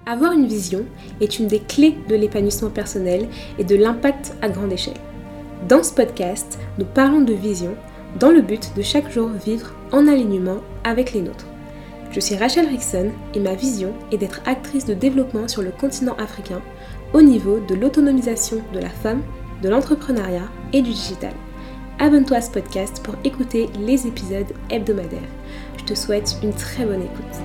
Avoir une vision est une des clés de l'épanouissement personnel et de l'impact à grande échelle. Dans ce podcast, nous parlons de vision dans le but de chaque jour vivre en alignement avec les nôtres. Je suis Rachel Rickson et ma vision est d'être actrice de développement sur le continent africain au niveau de l'autonomisation de la femme, de l'entrepreneuriat et du digital. Abonne-toi à ce podcast pour écouter les épisodes hebdomadaires. Je te souhaite une très bonne écoute.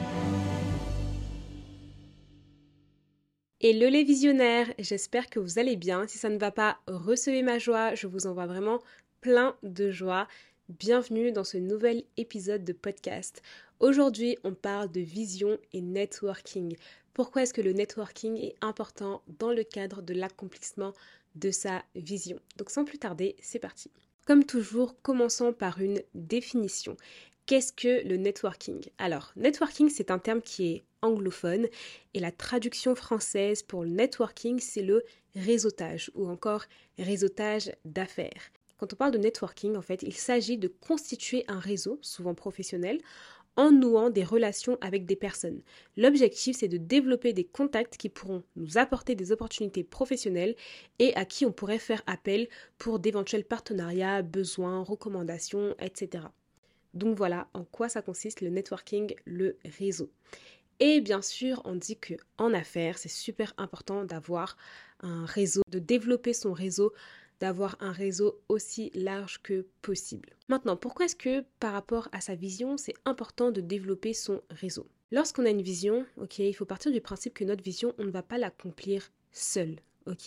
Hello les visionnaires, j'espère que vous allez bien. Si ça ne va pas, recevez ma joie, je vous envoie vraiment plein de joie. Bienvenue dans ce nouvel épisode de podcast. Aujourd'hui, on parle de vision et networking. Pourquoi est-ce que le networking est important dans le cadre de l'accomplissement de sa vision? Donc sans plus tarder, c'est parti. Comme toujours, commençons par une définition. Qu'est-ce que le networking? Alors, networking, c'est un terme qui est anglophone et la traduction française pour le networking, c'est le réseautage ou encore réseautage d'affaires. Quand on parle de networking, en fait, il s'agit de constituer un réseau, souvent professionnel, en nouant des relations avec des personnes. L'objectif, c'est de développer des contacts qui pourront nous apporter des opportunités professionnelles et à qui on pourrait faire appel pour d'éventuels partenariats, besoins, recommandations, etc. Donc voilà en quoi ça consiste le networking, le réseau. Et bien sûr, on dit qu'en affaires, c'est super important d'avoir un réseau, de développer son réseau, d'avoir un réseau aussi large que possible. Maintenant, pourquoi est-ce que par rapport à sa vision, c'est important de développer son réseau? Lorsqu'on a une vision, il faut partir du principe que notre vision, on ne va pas l'accomplir seul,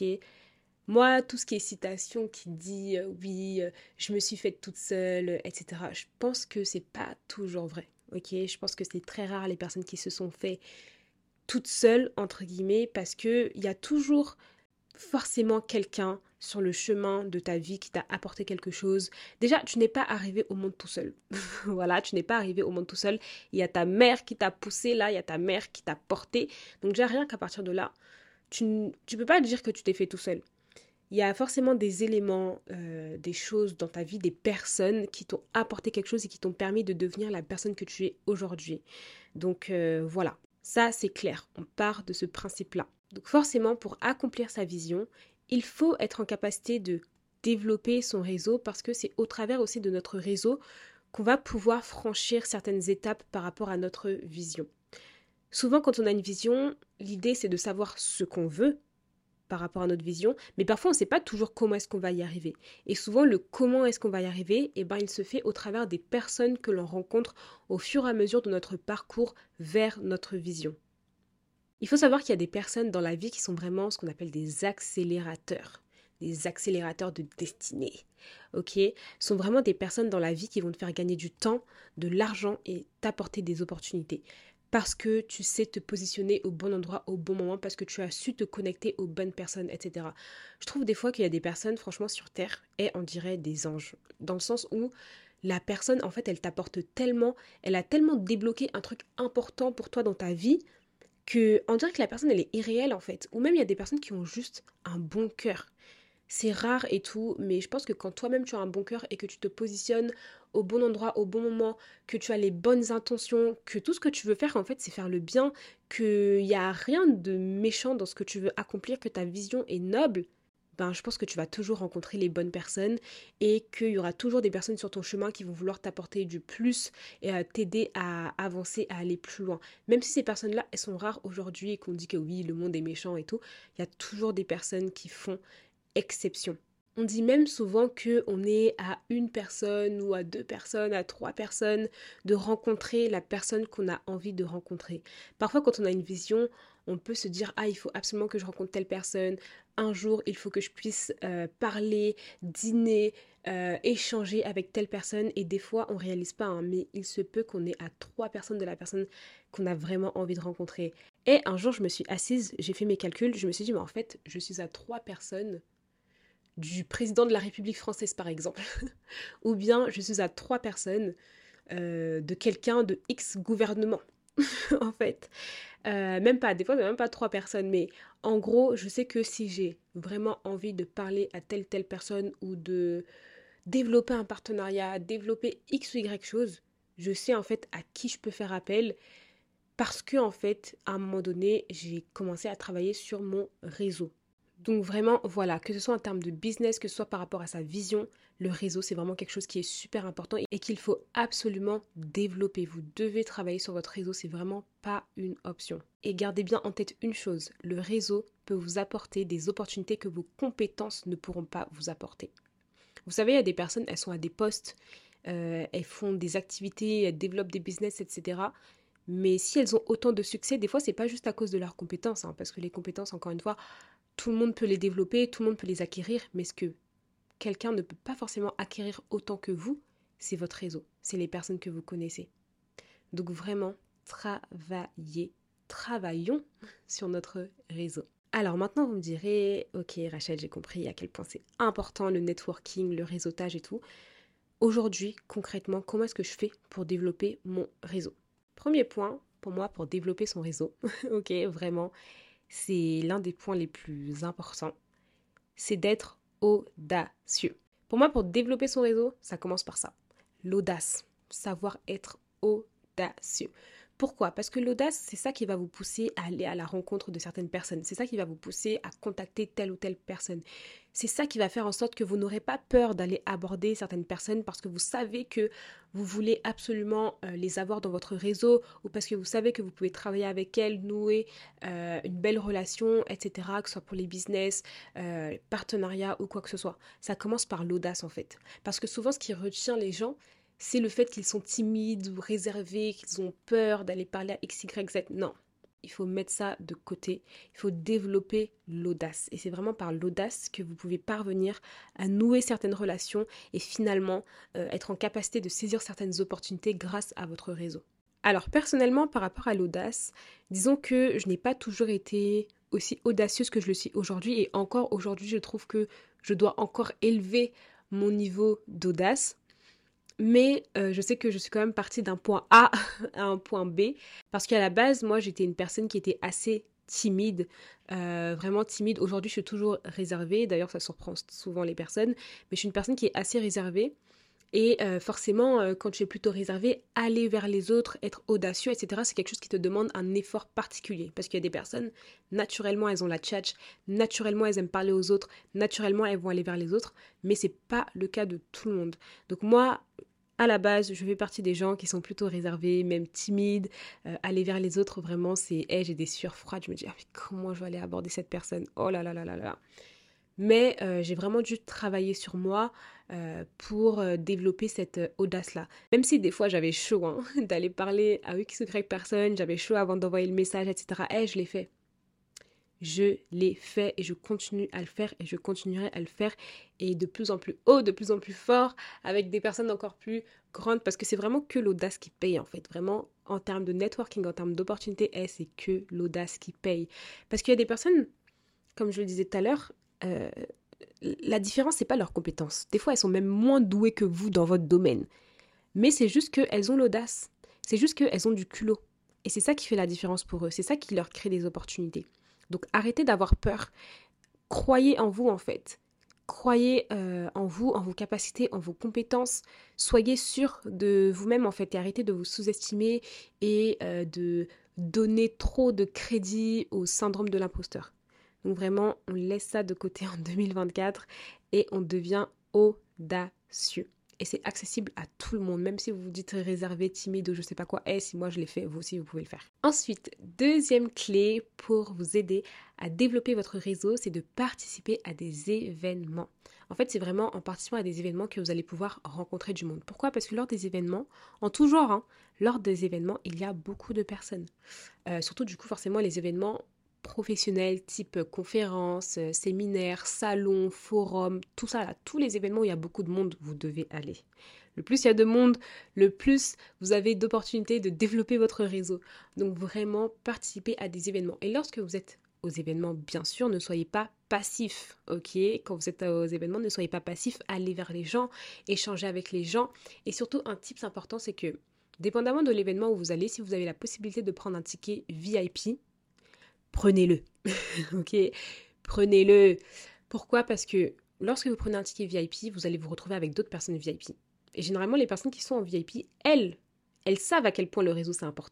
Moi, tout ce qui est citation qui dit oui, je me suis faite toute seule, etc., je pense que c'est pas toujours vrai. Je pense que c'est très rare les personnes qui se sont fait toutes seules, entre guillemets, parce qu'il y a toujours forcément quelqu'un sur le chemin de ta vie qui t'a apporté quelque chose. Déjà, tu n'es pas arrivé au monde tout seul. Voilà, tu n'es pas arrivé au monde tout seul. Il y a ta mère qui t'a poussé là, il y a ta mère qui t'a porté. Donc déjà, rien qu'à partir de là, tu peux pas dire que tu t'es fait tout seul. Il y a forcément des éléments, des choses dans ta vie, des personnes qui t'ont apporté quelque chose et qui t'ont permis de devenir la personne que tu es aujourd'hui. Donc voilà, ça c'est clair, on part de ce principe-là. Donc forcément, pour accomplir sa vision, il faut être en capacité de développer son réseau parce que c'est au travers aussi de notre réseau qu'on va pouvoir franchir certaines étapes par rapport à notre vision. Souvent, quand on a une vision, l'idée c'est de savoir ce qu'on veut par rapport à notre vision, mais parfois on ne sait pas toujours comment est-ce qu'on va y arriver. Et souvent le comment est-ce qu'on va y arriver, il se fait au travers des personnes que l'on rencontre au fur et à mesure de notre parcours vers notre vision. Il faut savoir qu'il y a des personnes dans la vie qui sont vraiment ce qu'on appelle des accélérateurs de destinée, sont vraiment des personnes dans la vie qui vont te faire gagner du temps, de l'argent et t'apporter des opportunités. Parce que tu sais te positionner au bon endroit, au bon moment, parce que tu as su te connecter aux bonnes personnes, etc. Je trouve des fois qu'il y a des personnes, franchement, sur Terre, et on dirait des anges. Dans le sens où la personne, en fait, elle t'apporte tellement, elle a tellement débloqué un truc important pour toi dans ta vie, que on dirait que la personne, elle est irréelle, en fait. Ou même, il y a des personnes qui ont juste un bon cœur. C'est rare et tout, mais je pense que quand toi-même tu as un bon cœur et que tu te positionnes au bon endroit, au bon moment, que tu as les bonnes intentions, que tout ce que tu veux faire en fait c'est faire le bien, qu'il n'y a rien de méchant dans ce que tu veux accomplir, que ta vision est noble, ben je pense que tu vas toujours rencontrer les bonnes personnes et qu'il y aura toujours des personnes sur ton chemin qui vont vouloir t'apporter du plus et t'aider à avancer, à aller plus loin. Même si ces personnes-là, elles sont rares aujourd'hui et qu'on dit que oui, le monde est méchant et tout, il y a toujours des personnes qui font exception. On dit même souvent qu'on est à une personne ou à deux personnes, à trois personnes de rencontrer la personne qu'on a envie de rencontrer. Parfois quand on a une vision, on peut se dire ah il faut absolument que je rencontre telle personne, un jour il faut que je puisse parler, dîner, échanger avec telle personne et des fois on réalise pas mais il se peut qu'on ait à trois personnes de la personne qu'on a vraiment envie de rencontrer. Et un jour je me suis assise, j'ai fait mes calculs, je me suis dit mais en fait je suis à trois personnes du président de la République française par exemple, ou bien je suis à trois personnes de quelqu'un de X gouvernement en fait. Même pas, des fois c'est même pas trois personnes, mais en gros je sais que si j'ai vraiment envie de parler à telle personne ou de développer un partenariat, développer X ou Y chose, je sais en fait à qui je peux faire appel parce que en fait, à un moment donné, j'ai commencé à travailler sur mon réseau. Donc vraiment, voilà, que ce soit en termes de business, que ce soit par rapport à sa vision, le réseau, c'est vraiment quelque chose qui est super important et qu'il faut absolument développer. Vous devez travailler sur votre réseau, c'est vraiment pas une option. Et gardez bien en tête une chose, le réseau peut vous apporter des opportunités que vos compétences ne pourront pas vous apporter. Vous savez, il y a des personnes, elles sont à des postes, elles font des activités, elles développent des business, etc. Mais si elles ont autant de succès, des fois, c'est pas juste à cause de leurs compétences, hein, parce que les compétences, encore une fois, tout le monde peut les développer, tout le monde peut les acquérir, mais ce que quelqu'un ne peut pas forcément acquérir autant que vous, c'est votre réseau, c'est les personnes que vous connaissez. Donc vraiment, travaillons sur notre réseau. Alors maintenant, vous me direz, ok Rachel, j'ai compris à quel point c'est important le networking, le réseautage et tout. Aujourd'hui, concrètement, comment est-ce que je fais pour développer mon réseau? Premier point, pour moi, pour développer son réseau, ok, vraiment, c'est l'un des points les plus importants, c'est d'être audacieux. Pour moi, pour développer son réseau, ça commence par ça. L'audace, savoir être audacieux. Pourquoi? Parce que l'audace, c'est ça qui va vous pousser à aller à la rencontre de certaines personnes. C'est ça qui va vous pousser à contacter telle ou telle personne. C'est ça qui va faire en sorte que vous n'aurez pas peur d'aller aborder certaines personnes parce que vous savez que vous voulez absolument les avoir dans votre réseau ou parce que vous savez que vous pouvez travailler avec elles, nouer une belle relation, etc., que ce soit pour les business, partenariats ou quoi que ce soit. Ça commence par l'audace en fait. Parce que souvent ce qui retient les gens, c'est le fait qu'ils sont timides ou réservés, qu'ils ont peur d'aller parler à X, Y, Z. Non, il faut mettre ça de côté. Il faut développer l'audace. Et c'est vraiment par l'audace que vous pouvez parvenir à nouer certaines relations et finalement être en capacité de saisir certaines opportunités grâce à votre réseau. Alors personnellement, par rapport à l'audace, disons que je n'ai pas toujours été aussi audacieuse que je le suis aujourd'hui. Et encore aujourd'hui, je trouve que je dois encore élever mon niveau d'audace. Mais je sais que je suis quand même partie d'un point A à un point B. Parce qu'à la base, moi, j'étais une personne qui était assez timide, vraiment timide. Aujourd'hui, je suis toujours réservée. D'ailleurs, ça surprend souvent les personnes. Mais je suis une personne qui est assez réservée. Et forcément, quand tu es plutôt réservé, aller vers les autres, être audacieux, etc., c'est quelque chose qui te demande un effort particulier. Parce qu'il y a des personnes, naturellement, elles ont la tchatch, naturellement, elles aiment parler aux autres, naturellement, elles vont aller vers les autres, mais c'est pas le cas de tout le monde. Donc moi, à la base, je fais partie des gens qui sont plutôt réservés, même timides. Aller vers les autres, vraiment, c'est hey, j'ai des sueurs froides. Je me dis, ah, mais comment je vais aller aborder cette personne? Oh là là là là là. Mais j'ai vraiment dû travailler sur moi pour développer cette audace-là. Même si des fois j'avais chaud hein, d'aller parler à X ou Y personne, j'avais chaud avant d'envoyer le message, etc. Je l'ai fait. Je l'ai fait et je continue à le faire et je continuerai à le faire et de plus en plus haut, de plus en plus fort, avec des personnes encore plus grandes parce que c'est vraiment que l'audace qui paye en fait. Vraiment, en termes de networking, en termes d'opportunités, c'est que l'audace qui paye. Parce qu'il y a des personnes, comme je le disais tout à l'heure, la différence, c'est pas leurs compétences. Des fois, elles sont même moins douées que vous dans votre domaine. Mais c'est juste qu'elles ont l'audace. C'est juste qu'elles ont du culot. Et c'est ça qui fait la différence pour eux. C'est ça qui leur crée des opportunités. Donc arrêtez d'avoir peur. Croyez en vous en fait. Croyez en vous, en vos capacités, en vos compétences. Soyez sûr de vous-même en fait et arrêtez de vous sous-estimer et de donner trop de crédit au syndrome de l'imposteur. Donc vraiment, on laisse ça de côté en 2024 et on devient audacieux. Et c'est accessible à tout le monde, même si vous vous dites réservé, timide ou je sais pas quoi. Si moi je l'ai fait, vous aussi vous pouvez le faire. Ensuite, deuxième clé pour vous aider à développer votre réseau, c'est de participer à des événements. En fait, c'est vraiment en participant à des événements que vous allez pouvoir rencontrer du monde. Pourquoi? Parce que lors des événements, en tout genre, hein, lors des événements, il y a beaucoup de personnes. Surtout du coup, forcément, les événements professionnels type conférences, séminaires, salons, forums, tout ça là, tous les événements où il y a beaucoup de monde, vous devez aller. Le plus il y a de monde, le plus vous avez d'opportunités de développer votre réseau. Donc vraiment, participez à des événements. Et lorsque vous êtes aux événements, bien sûr, ne soyez pas passif, ok? Quand vous êtes aux événements, ne soyez pas passif, allez vers les gens, échangez avec les gens. Et surtout, un tip important, c'est que, dépendamment de l'événement où vous allez, si vous avez la possibilité de prendre un ticket VIP, prenez-le, ok? Prenez-le. Pourquoi? Parce que lorsque vous prenez un ticket VIP, vous allez vous retrouver avec d'autres personnes VIP. Et généralement, les personnes qui sont en VIP, elles savent à quel point le réseau c'est important.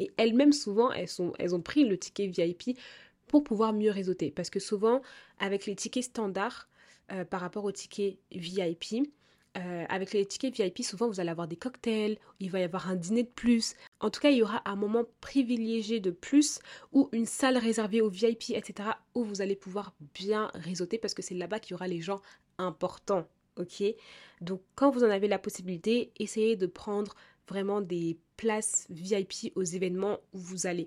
Et elles-mêmes, souvent, elles ont pris le ticket VIP pour pouvoir mieux réseauter. Parce que souvent, avec les tickets standards, par rapport aux tickets VIP, avec les tickets VIP, souvent vous allez avoir des cocktails, il va y avoir un dîner de plus. En tout cas, il y aura un moment privilégié de plus ou une salle réservée aux VIP, etc. où vous allez pouvoir bien réseauter parce que c'est là-bas qu'il y aura les gens importants. Ok? Donc, quand vous en avez la possibilité, essayez de prendre vraiment des places VIP aux événements où vous allez.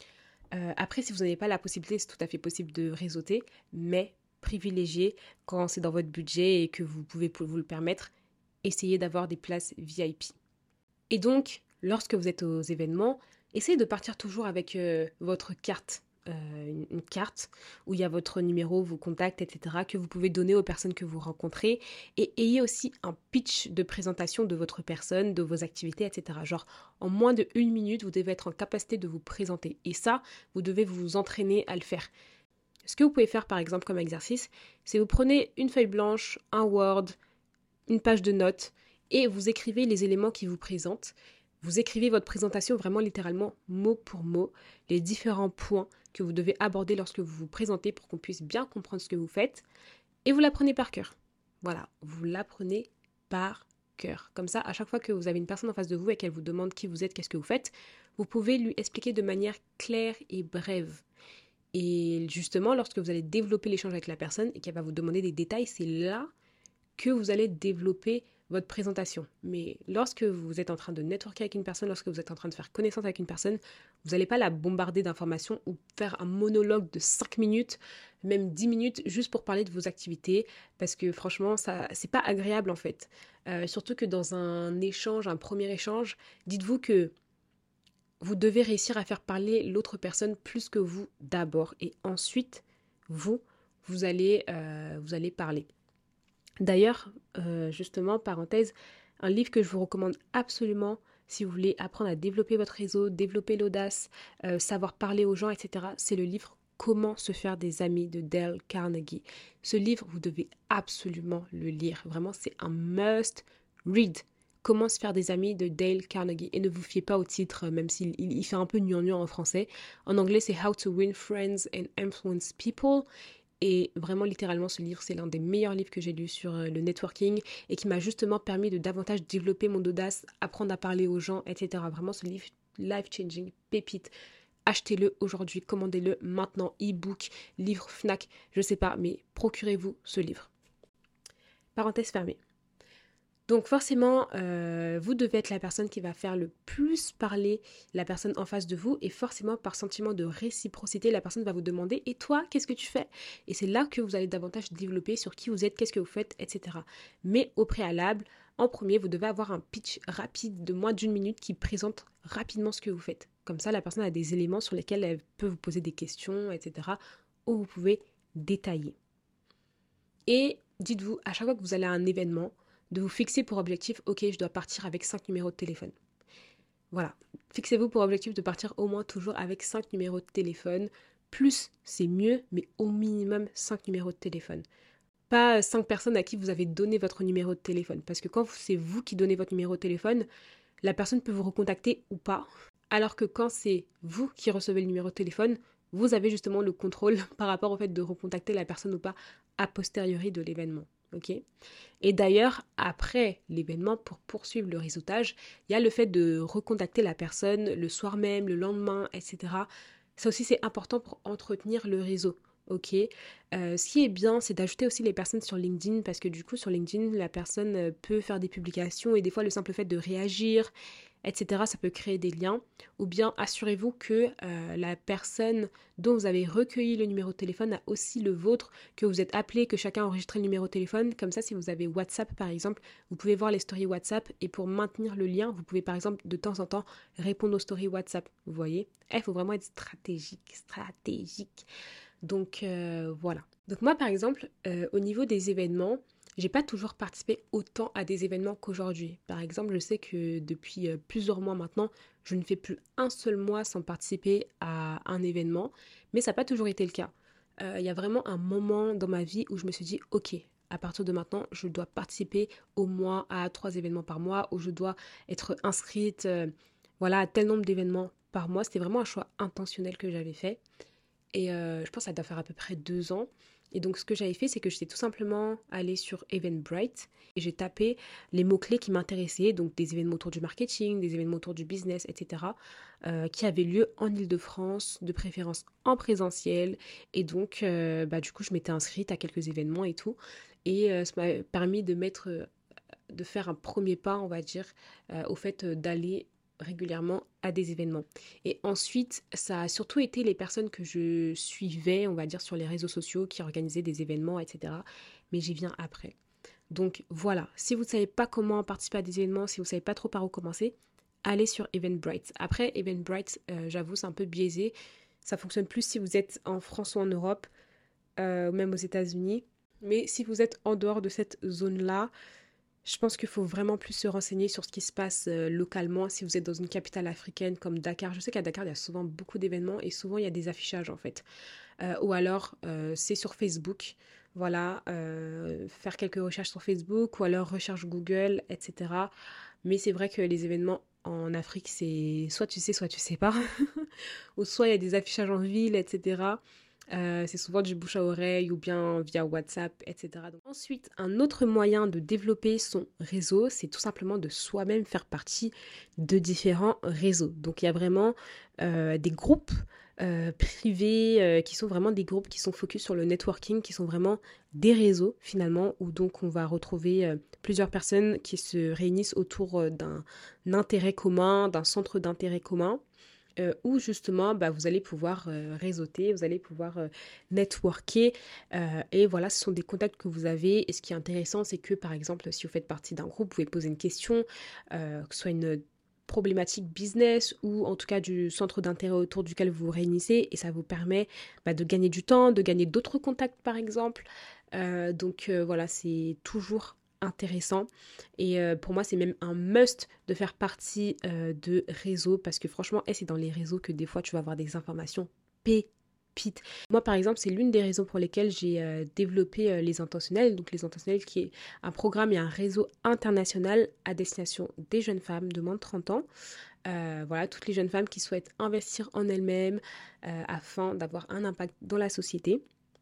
Après, si vous n'avez pas la possibilité, c'est tout à fait possible de réseauter, mais privilégiez quand c'est dans votre budget et que vous pouvez vous le permettre, essayez d'avoir des places VIP. Et donc, lorsque vous êtes aux événements, essayez de partir toujours avec votre carte. Une carte où il y a votre numéro, vos contacts, etc. que vous pouvez donner aux personnes que vous rencontrez. Et ayez aussi un pitch de présentation de votre personne, de vos activités, etc. Genre, en moins de 1 minute, vous devez être en capacité de vous présenter. Et ça, vous devez vous entraîner à le faire. Ce que vous pouvez faire, par exemple, comme exercice, c'est vous prenez une feuille blanche, un Word, une page de notes, et vous écrivez les éléments qui vous présentent. Vous écrivez votre présentation vraiment littéralement mot pour mot, les différents points que vous devez aborder lorsque vous vous présentez pour qu'on puisse bien comprendre ce que vous faites, et vous l'apprenez par cœur. Voilà, vous l'apprenez par cœur. Comme ça, à chaque fois que vous avez une personne en face de vous et qu'elle vous demande qui vous êtes, qu'est-ce que vous faites, vous pouvez lui expliquer de manière claire et brève. Et justement, lorsque vous allez développer l'échange avec la personne et qu'elle va vous demander des détails, c'est là que vous allez développer votre présentation. Mais lorsque vous êtes en train de networker avec une personne, lorsque vous êtes en train de faire connaissance avec une personne, vous n'allez pas la bombarder d'informations ou faire un monologue de 5 minutes, même 10 minutes, juste pour parler de vos activités, parce que franchement, ça, c'est pas agréable en fait. Surtout que dans un échange, un premier échange, dites-vous que vous devez réussir à faire parler l'autre personne plus que vous d'abord, et ensuite, vous allez parler. D'ailleurs, justement, parenthèse, un livre que je vous recommande absolument si vous voulez apprendre à développer votre réseau, développer l'audace, savoir parler aux gens, etc., c'est le livre Comment se faire des amis de Dale Carnegie. Ce livre, vous devez absolument le lire. Vraiment, c'est un must read. Comment se faire des amis de Dale Carnegie. Et ne vous fiez pas au titre, même s'il fait un peu gnangnan en français. En anglais, c'est How to Win Friends and Influence People. Et vraiment, littéralement, ce livre, c'est l'un des meilleurs livres que j'ai lus sur le networking et qui m'a justement permis de davantage développer mon audace, apprendre à parler aux gens, etc. Vraiment, ce livre, life-changing, pépite. Achetez-le aujourd'hui, commandez-le maintenant, e-book, livre Fnac, je sais pas, mais procurez-vous ce livre. Parenthèse fermée. Donc forcément, vous devez être la personne qui va faire le plus parler la personne en face de vous et forcément par sentiment de réciprocité, la personne va vous demander « Et toi, qu'est-ce que tu fais ?» Et c'est là que vous allez davantage développer sur qui vous êtes, qu'est-ce que vous faites, etc. Mais au préalable, en premier, vous devez avoir un pitch rapide de moins d'1 minute qui présente rapidement ce que vous faites. Comme ça, la personne a des éléments sur lesquels elle peut vous poser des questions, etc. où vous pouvez détailler. Et dites-vous, à chaque fois que vous allez à un événement, de vous fixer pour objectif, ok, je dois partir avec 5 numéros de téléphone. Voilà, fixez-vous pour objectif de partir au moins toujours avec 5 numéros de téléphone. Plus, c'est mieux, mais au minimum 5 numéros de téléphone. Pas 5 personnes à qui vous avez donné votre numéro de téléphone. Parce que quand c'est vous qui donnez votre numéro de téléphone, la personne peut vous recontacter ou pas. Alors que quand c'est vous qui recevez le numéro de téléphone, vous avez justement le contrôle par rapport au fait de recontacter la personne ou pas a posteriori de l'événement. Okay. Et d'ailleurs, après l'événement, pour poursuivre le réseautage, il y a le fait de recontacter la personne le soir même, le lendemain, etc. Ça aussi, c'est important pour entretenir le réseau. Ok. Ce qui est bien, c'est d'ajouter aussi les personnes sur LinkedIn parce que du coup, sur LinkedIn, la personne peut faire des publications et des fois, le simple fait de réagir, etc., ça peut créer des liens. Ou bien assurez-vous que la personne dont vous avez recueilli le numéro de téléphone a aussi le vôtre, que vous êtes appelé, que chacun a enregistré le numéro de téléphone. Comme ça, si vous avez WhatsApp par exemple, vous pouvez voir les stories WhatsApp et pour maintenir le lien, vous pouvez par exemple de temps en temps répondre aux stories WhatsApp. Vous voyez ? Il faut vraiment être stratégique. Donc voilà. Donc moi par exemple, au niveau des événements, j'ai pas toujours participé autant à des événements qu'aujourd'hui. Par exemple, je sais que depuis plusieurs mois maintenant, je ne fais plus un seul mois sans participer à un événement, mais ça n'a pas toujours été le cas. Il y a vraiment un moment dans ma vie où je me suis dit, ok, à partir de maintenant, je dois participer au moins à 3 événements par mois, où je dois être inscrite voilà, tel nombre d'événements par mois. C'était vraiment un choix intentionnel que j'avais fait. Et je pense que ça doit faire à peu près 2 ans. Et donc, ce que j'avais fait, c'est que j'étais tout simplement allée sur Eventbrite et j'ai tapé les mots-clés qui m'intéressaient, donc des événements autour du marketing, des événements autour du business, etc., qui avaient lieu en Île-de-France, de préférence en présentiel. Et donc, du coup, je m'étais inscrite à quelques événements et tout. Et ça m'a permis de faire un premier pas, on va dire, au fait d'aller régulièrement à des événements. Et ensuite, ça a surtout été les personnes que je suivais, on va dire, sur les réseaux sociaux qui organisaient des événements, etc. Mais j'y viens après. Donc voilà, si vous ne savez pas comment participer à des événements, si vous ne savez pas trop par où commencer, allez sur Eventbrite. Après, Eventbrite, j'avoue, c'est un peu biaisé. Ça fonctionne plus si vous êtes en France ou en Europe, ou même aux États-Unis. Mais si vous êtes en dehors de cette zone-là, je pense qu'il faut vraiment plus se renseigner sur ce qui se passe localement. Si vous êtes dans une capitale africaine comme Dakar, je sais qu'à Dakar, il y a souvent beaucoup d'événements et souvent il y a des affichages en fait. Ou alors, c'est sur Facebook. Voilà, faire quelques recherches sur Facebook ou alors recherche Google, etc. Mais c'est vrai que les événements en Afrique, c'est soit tu sais pas, ou soit il y a des affichages en ville, etc. C'est souvent du bouche à oreille ou bien via WhatsApp, etc. Donc, ensuite, un autre moyen de développer son réseau, c'est tout simplement de soi-même faire partie de différents réseaux. Donc il y a vraiment des groupes privés qui sont vraiment des groupes qui sont focus sur le networking, qui sont vraiment des réseaux finalement, où donc on va retrouver plusieurs personnes qui se réunissent autour d'un intérêt commun, d'un centre d'intérêt commun où justement vous allez pouvoir réseauter, vous allez pouvoir networker et voilà, ce sont des contacts que vous avez et ce qui est intéressant c'est que par exemple si vous faites partie d'un groupe, vous pouvez poser une question, que ce soit une problématique business ou en tout cas du centre d'intérêt autour duquel vous vous réunissez et ça vous permet de gagner du temps, de gagner d'autres contacts par exemple. Donc voilà, c'est toujours intéressant et pour moi c'est même un must de faire partie de réseaux parce que franchement c'est dans les réseaux que des fois tu vas avoir des informations pépites. Moi par exemple c'est l'une des raisons pour lesquelles j'ai développé les intentionnels, donc les intentionnels qui est un programme et un réseau international à destination des jeunes femmes de moins de 30 ans. Voilà, toutes les jeunes femmes qui souhaitent investir en elles-mêmes afin d'avoir un impact dans la société.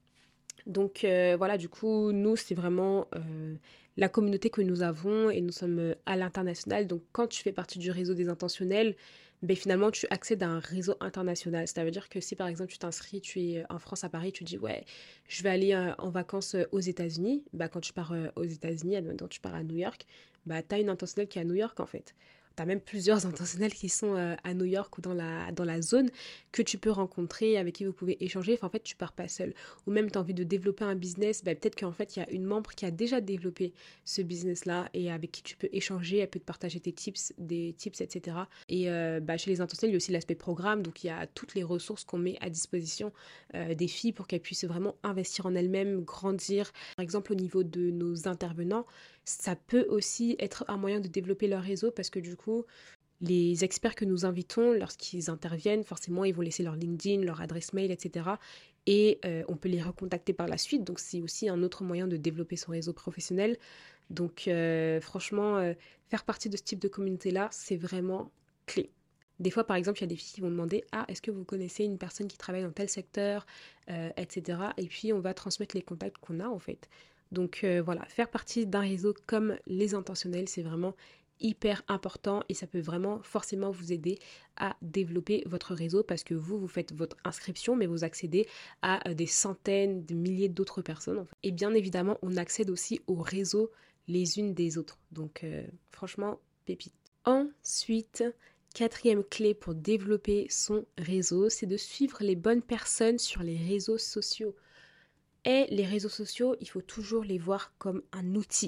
Donc voilà, du coup, nous, c'est vraiment la communauté que nous avons et nous sommes à l'international. Donc quand tu fais partie du réseau des intentionnels, finalement, tu accèdes à un réseau international. Ça veut dire que si par exemple tu t'inscris, tu es en France à Paris, tu dis ouais, je vais aller en vacances aux États-Unis. Quand tu pars aux États-Unis, admettons tu pars à New York, tu as une intentionnelle qui est à New York en fait. Tu as même plusieurs intentionnels qui sont à New York ou dans la zone que tu peux rencontrer, avec qui vous pouvez échanger. Enfin, en fait, tu pars pas seul. Ou même tu as envie de développer un business, peut-être qu'en fait, il y a une membre qui a déjà développé ce business-là et avec qui tu peux échanger, elle peut te partager tes tips, des tips, etc. Et chez les intentionnels, il y a aussi l'aspect programme, donc il y a toutes les ressources qu'on met à disposition des filles pour qu'elles puissent vraiment investir en elles-mêmes, grandir. Par exemple, au niveau de nos intervenants, ça peut aussi être un moyen de développer leur réseau parce que du coup, les experts que nous invitons, lorsqu'ils interviennent, forcément, ils vont laisser leur LinkedIn, leur adresse mail, etc. Et on peut les recontacter par la suite. Donc, c'est aussi un autre moyen de développer son réseau professionnel. Donc, franchement, faire partie de ce type de communauté-là, c'est vraiment clé. Des fois, par exemple, il y a des filles qui vont demander « Ah, est-ce que vous connaissez une personne qui travaille dans tel secteur etc. » Et puis, on va transmettre les contacts qu'on a, en fait. Donc, voilà, faire partie d'un réseau comme les intentionnels, c'est vraiment hyper important et ça peut vraiment forcément vous aider à développer votre réseau parce que vous faites votre inscription mais vous accédez à des centaines, des milliers d'autres personnes en fait. Et bien évidemment on accède aussi au réseau les unes des autres donc franchement pépite. Ensuite, quatrième clé pour développer son réseau, c'est de suivre les bonnes personnes sur les réseaux sociaux. Et les réseaux sociaux, il faut toujours les voir comme un outil,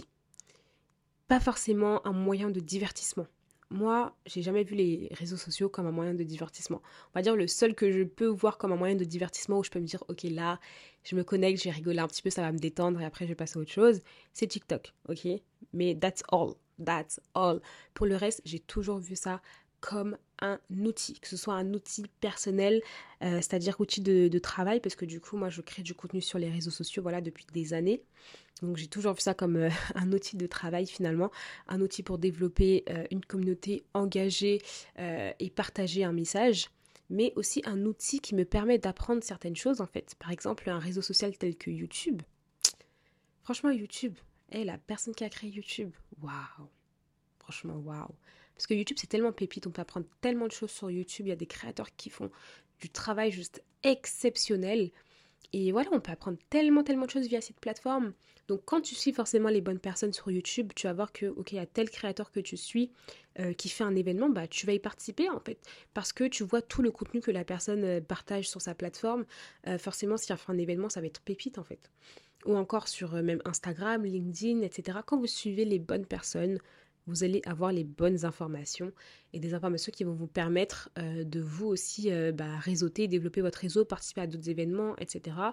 pas forcément un moyen de divertissement. Moi, j'ai jamais vu les réseaux sociaux comme un moyen de divertissement. On va dire le seul que je peux voir comme un moyen de divertissement où je peux me dire ok là, je me connecte, j'ai rigolé un petit peu, ça va me détendre et après je vais passer à autre chose, c'est TikTok, ok. Mais that's all. Pour le reste, j'ai toujours vu ça comme un outil, que ce soit un outil personnel, c'est-à-dire outil de travail, parce que du coup, moi, je crée du contenu sur les réseaux sociaux, voilà, depuis des années. Donc j'ai toujours vu ça comme un outil de travail finalement, un outil pour développer une communauté engagée et partager un message, mais aussi un outil qui me permet d'apprendre certaines choses en fait. Par exemple, un réseau social tel que YouTube. Franchement, YouTube, la personne qui a créé YouTube, waouh, franchement waouh. Parce que YouTube c'est tellement pépite, on peut apprendre tellement de choses sur YouTube, il y a des créateurs qui font du travail juste exceptionnel. Et voilà, on peut apprendre tellement de choses via cette plateforme. Donc quand tu suis forcément les bonnes personnes sur YouTube, tu vas voir que, ok, il y a tel créateur que tu suis qui fait un événement, bah tu vas y participer en fait. Parce que tu vois tout le contenu que la personne partage sur sa plateforme. Forcément, s'il y a fait un événement, ça va être pépite en fait. Ou encore sur même Instagram, LinkedIn, etc. Quand vous suivez les bonnes personnes, vous allez avoir les bonnes informations et des informations qui vont vous permettre de vous aussi réseauter, développer votre réseau, participer à d'autres événements, etc.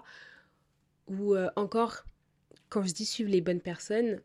Ou encore, quand je dis suivre les bonnes personnes,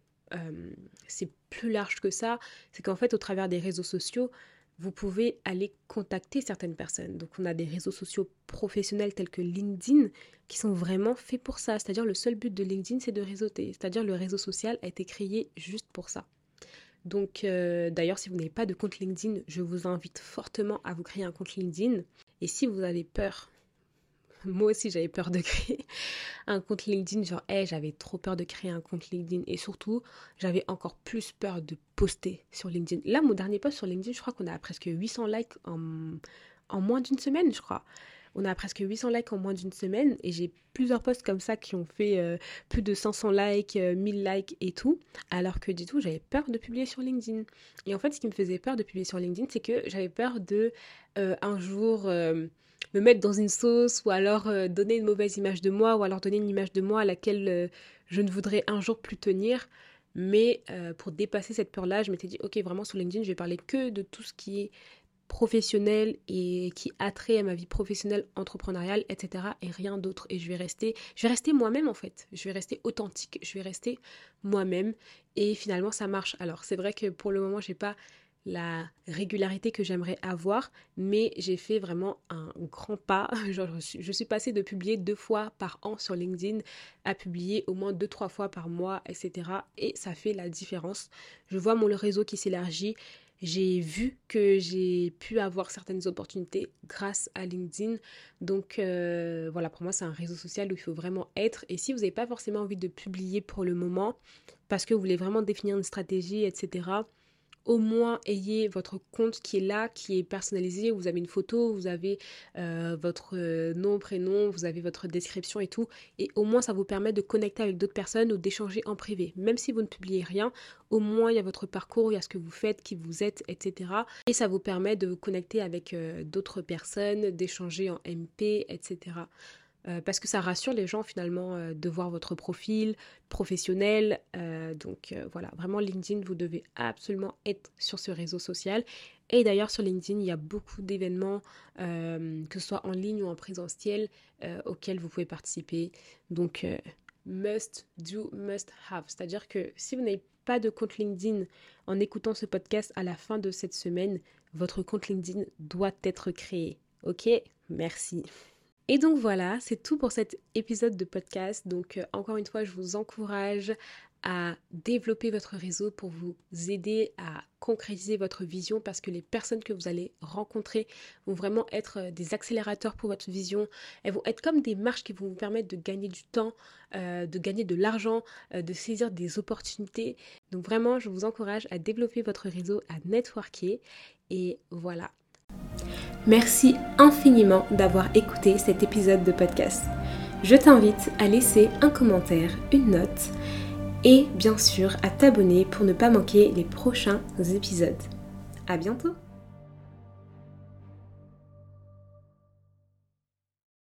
c'est plus large que ça. C'est qu'en fait, au travers des réseaux sociaux, vous pouvez aller contacter certaines personnes. Donc, on a des réseaux sociaux professionnels tels que LinkedIn qui sont vraiment faits pour ça. C'est-à-dire, le seul but de LinkedIn, c'est de réseauter. C'est-à-dire, le réseau social a été créé juste pour ça. Donc, d'ailleurs, si vous n'avez pas de compte LinkedIn, je vous invite fortement à vous créer un compte LinkedIn. Et si vous avez peur, moi aussi j'avais peur de créer un compte LinkedIn, genre, j'avais trop peur de créer un compte LinkedIn. Et surtout, j'avais encore plus peur de poster sur LinkedIn. Là, mon dernier post sur LinkedIn, je crois qu'on a presque 800 likes en moins d'une semaine, je crois. On a presque 800 likes en moins d'une semaine et j'ai plusieurs posts comme ça qui ont fait plus de 500 likes, 1000 likes et tout. Alors que du tout, j'avais peur de publier sur LinkedIn. Et en fait, ce qui me faisait peur de publier sur LinkedIn, c'est que j'avais peur de un jour me mettre dans une sauce ou alors donner une mauvaise image de moi ou alors donner une image de moi à laquelle je ne voudrais un jour plus tenir. Mais pour dépasser cette peur-là, je m'étais dit, ok, vraiment sur LinkedIn, je vais parler que de tout ce qui est professionnel et qui a trait à ma vie professionnelle, entrepreneuriale, etc. et rien d'autre. Et je vais rester moi-même en fait. Je vais rester authentique, je vais rester moi-même et finalement ça marche. Alors c'est vrai que pour le moment j'ai pas la régularité que j'aimerais avoir, mais j'ai fait vraiment un grand pas. Genre, je suis passée de publier 2 fois par an sur LinkedIn à publier au moins 2-3 fois par mois, etc. Et ça fait la différence. Je vois mon réseau qui s'élargit. J'ai vu que j'ai pu avoir certaines opportunités grâce à LinkedIn. Donc voilà, pour moi, c'est un réseau social où il faut vraiment être. Et si vous n'avez pas forcément envie de publier pour le moment, parce que vous voulez vraiment définir une stratégie, etc., au moins ayez votre compte qui est là, qui est personnalisé, vous avez une photo, vous avez votre nom, prénom, vous avez votre description et tout, et au moins ça vous permet de connecter avec d'autres personnes ou d'échanger en privé. Même si vous ne publiez rien, au moins il y a votre parcours, il y a ce que vous faites, qui vous êtes, etc. Et ça vous permet de vous connecter avec d'autres personnes, d'échanger en MP, etc. Parce que ça rassure les gens finalement de voir votre profil professionnel. Donc voilà, vraiment LinkedIn, vous devez absolument être sur ce réseau social. Et d'ailleurs sur LinkedIn, il y a beaucoup d'événements, que ce soit en ligne ou en présentiel, auxquels vous pouvez participer. Donc must do, must have. C'est-à-dire que si vous n'avez pas de compte LinkedIn en écoutant ce podcast à la fin de cette semaine, votre compte LinkedIn doit être créé. Ok? Merci. Et donc voilà, c'est tout pour cet épisode de podcast. Donc encore une fois, je vous encourage à développer votre réseau pour vous aider à concrétiser votre vision parce que les personnes que vous allez rencontrer vont vraiment être des accélérateurs pour votre vision. Elles vont être comme des marches qui vont vous permettre de gagner du temps, de gagner de l'argent, de saisir des opportunités. Donc vraiment, je vous encourage à développer votre réseau, à networker. Et voilà. Merci infiniment d'avoir écouté cet épisode de podcast. Je t'invite à laisser un commentaire, une note et bien sûr à t'abonner pour ne pas manquer les prochains épisodes. À bientôt!